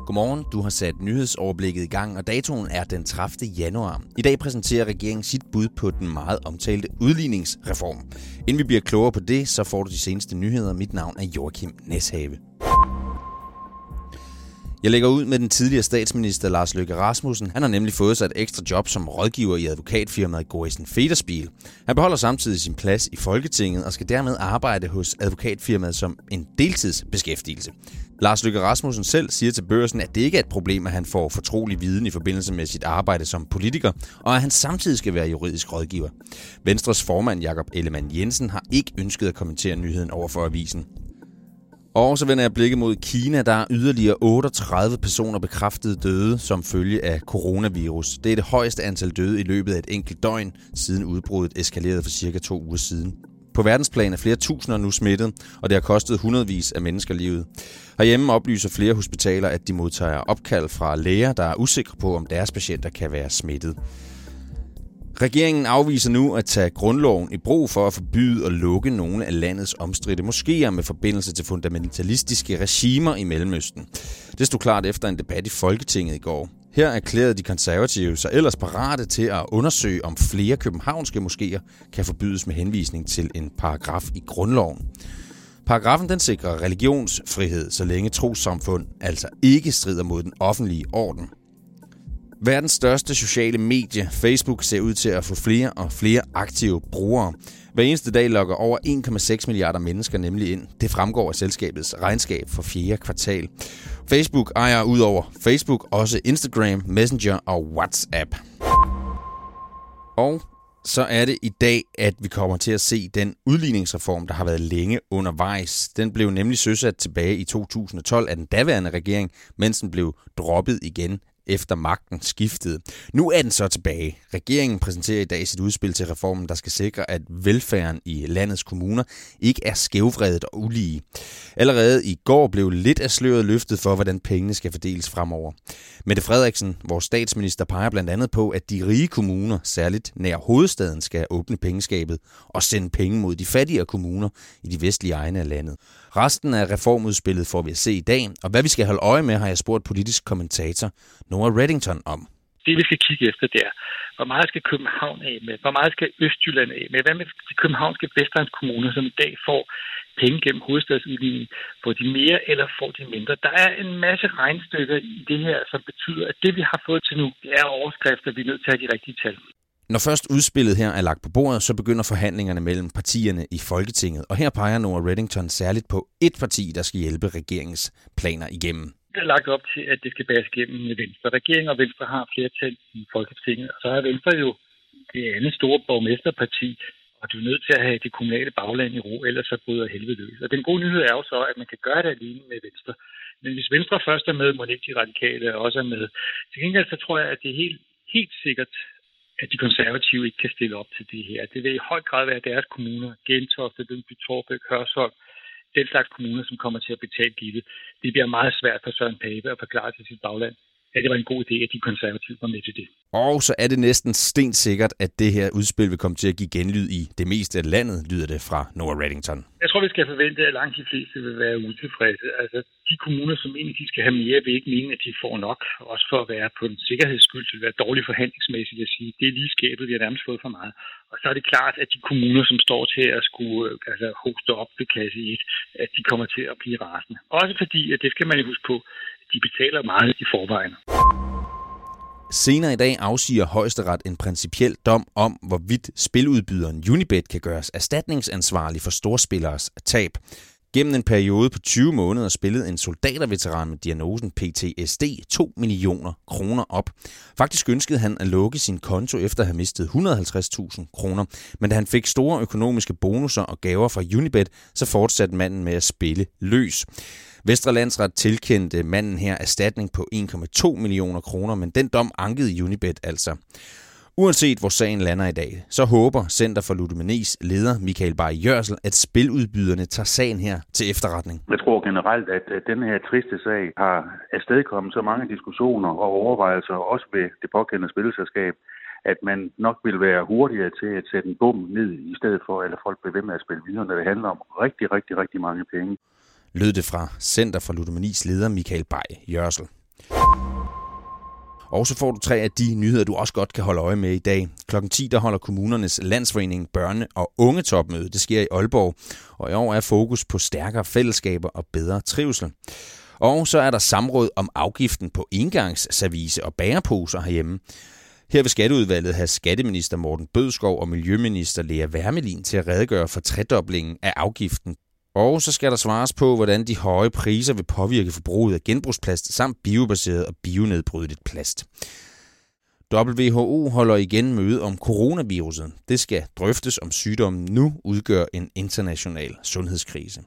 Godmorgen, du har sat nyhedsoverblikket i gang, og datoen er den 30. januar. I dag præsenterer regeringen sit bud på den meget omtalte udligningsreform. Inden vi bliver klogere på det, så får du de seneste nyheder. Mit navn er Joachim Neshave. Jeg lægger ud med den tidligere statsminister Lars Løkke Rasmussen. Han har nemlig fået sig et ekstra job som rådgiver i advokatfirmaet Gorrissen Federspiel. Han beholder samtidig sin plads i Folketinget og skal dermed arbejde hos advokatfirmaet som en deltidsbeskæftigelse. Lars Løkke Rasmussen selv siger til Børsen, at det ikke er et problem, at han får fortrolig viden i forbindelse med sit arbejde som politiker, og at han samtidig skal være juridisk rådgiver. Venstres formand Jakob Ellemann-Jensen har ikke ønsket at kommentere nyheden over for avisen. Og så vender jeg blikket mod Kina. Der er yderligere 38 personer bekræftet døde som følge af coronavirus. Det er det højeste antal døde i løbet af et enkelt døgn, siden udbruddet eskalerede for cirka 2 uger siden. På verdensplan er flere tusinder nu smittet, og det har kostet hundredvis af mennesker livet. Herhjemme oplyser flere hospitaler, at de modtager opkald fra læger, der er usikre på, om deres patienter kan være smittet. Regeringen afviser nu at tage grundloven i brug for at forbyde og lukke nogle af landets omstridte moskéer med forbindelse til fundamentalistiske regimer i Mellemøsten. Det stod klart efter en debat i Folketinget i går. Her erklærede de konservative sig ellers parate til at undersøge, om flere københavnske moskéer kan forbydes med henvisning til en paragraf i grundloven. Paragrafen den sikrer religionsfrihed, så længe trossamfund altså ikke strider mod den offentlige orden. Verdens største sociale medie, Facebook, ser ud til at få flere og flere aktive brugere. Hver eneste dag logger over 1,6 milliarder mennesker nemlig ind. Det fremgår af selskabets regnskab for 4. kvartal. Facebook ejer udover Facebook også Instagram, Messenger og WhatsApp. Og så er det i dag, at vi kommer til at se den udligningsreform, der har været længe undervejs. Den blev nemlig søsat tilbage i 2012 af den daværende regering, mens den blev droppet igen efter magten skiftede. Nu er den så tilbage. Regeringen præsenterer i dag sit udspil til reformen, der skal sikre, at velfærden i landets kommuner ikke er skævvredet og ulige. Allerede i går blev lidt af sløret løftet for, hvordan pengene skal fordeles fremover. Mette Frederiksen, vores statsminister, peger blandt andet på, at de rige kommuner, særligt nær hovedstaden, skal åbne pengeskabet og sende penge mod de fattigere kommuner i de vestlige egne af landet. Resten af reformudspillet får vi at se i dag, og hvad vi skal holde øje med, har jeg spurgt politisk kommentator Noah Reddington om. Det vi skal kigge efter der, hvor meget skal København af med, hvor meget skal Østjylland af med, hvad med de københavnske vestegnskommuner, som i dag får penge gennem hovedstadsudligning, får de mere eller får de mindre. Der er en masse regnstykker i det her, som betyder, at det vi har fået til nu, det er overskrifter, vi er nødt til at have de rigtige tal. Når først udspillet her er lagt på bordet, så begynder forhandlingerne mellem partierne i Folketinget. Og her peger Noah Reddington særligt på et parti, der skal hjælpe regeringens planer igennem. Det er lagt op til, at det skal bæres igennem med Venstre. Regeringen og Venstre har flertal i Folketinget, og så er Venstre jo det andet store borgmesterparti, og du er nødt til at have det kommunale bagland i ro, ellers så bryder helvede løs. Og den gode nyhed er jo så, at man kan gøre det alene med Venstre. Men hvis Venstre først er med, må ikke de radikale også er med. Til gengæld så tror jeg, at det er helt sikkert, at de konservative ikke kan stille op til det her. Det vil i høj grad være deres kommuner, Gentofte, Lyngby, Taarbæk, Hørsholm, den slags kommuner, som kommer til at betale gildet. Det bliver meget svært for Søren Pape at forklare til sit bagland, at det var en god idé, at de konservative var med til det. Og så er det næsten stensikkert, at det her udspil vil komme til at give genlyd i det meste af landet, lyder det fra Noah Reddington. Jeg tror, vi skal forvente, at langt de fleste vil være utilfredse. Altså, de kommuner, som egentlig skal have mere, vil ikke mene, at de får nok. Også for at være på den sikkerhedsskyld, vil være dårligt forhandlingsmæssigt at sige, det er lige skabet, vi har nærmest fået for meget. Og så er det klart, at de kommuner, som står til at skulle hoste op ved kasse 1, at de kommer til at blive rasende. Også fordi, at det skal man jo huske på, de betaler meget i forvejen. Senere i dag afsiger Højesteret en principiel dom om, hvorvidt spiludbyderen Unibet kan gøres erstatningsansvarlig for storspilleres tab. Gennem en periode på 20 måneder spillede en soldaterveteran med diagnosen PTSD 2 millioner kroner op. Faktisk ønskede han at lukke sin konto efter at have mistet 150.000 kroner, men da han fik store økonomiske bonusser og gaver fra Unibet, så fortsatte manden med at spille løs. Vestre Landsret tilkendte manden her erstatning på 1,2 millioner kroner, men den dom ankede Unibet altså. Uanset hvor sagen lander i dag, så håber Center for Ludomanis leder Michael Bay Jørsel, at spiludbyderne tager sagen her til efterretning. Jeg tror generelt, at den her triste sag har afstedkommet så mange diskussioner og overvejelser, også ved det pågældende spilselskab, at man nok vil være hurtigere til at sætte en bom ned, i stedet for at folk bliver ved med at spille videre, når det handler om rigtig mange penge. Lød det fra Center for Ludomanis leder Michael Bay Jørsel. Og så får du 3 af de nyheder, du også godt kan holde øje med i dag. Klokken 10, der holder kommunernes landsforening børne- og ungetopmøde. Det sker i Aalborg, og i år er fokus på stærkere fællesskaber og bedre trivsel. Og så er der samråd om afgiften på engangsservice og bæreposer herhjemme. Her vil Skatteudvalget have skatteminister Morten Bødskov og miljøminister Lea Wermelin til at redegøre for tredoblingen af afgiften. Og så skal der svares på, hvordan de høje priser vil påvirke forbruget af genbrugsplast samt biobaseret og bionedbrydeligt plast. WHO holder igen møde om coronaviruset. Det skal drøftes, om sygdommen nu udgør en international sundhedskrise.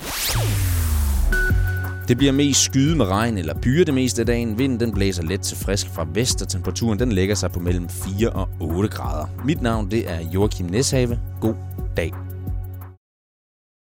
Det bliver mest skyde med regn eller byer det meste af dagen. Vinden den blæser let til frisk fra vest, og temperaturen den lægger sig på mellem 4 og 8 grader. Mit navn det er Joachim Næshave. God dag.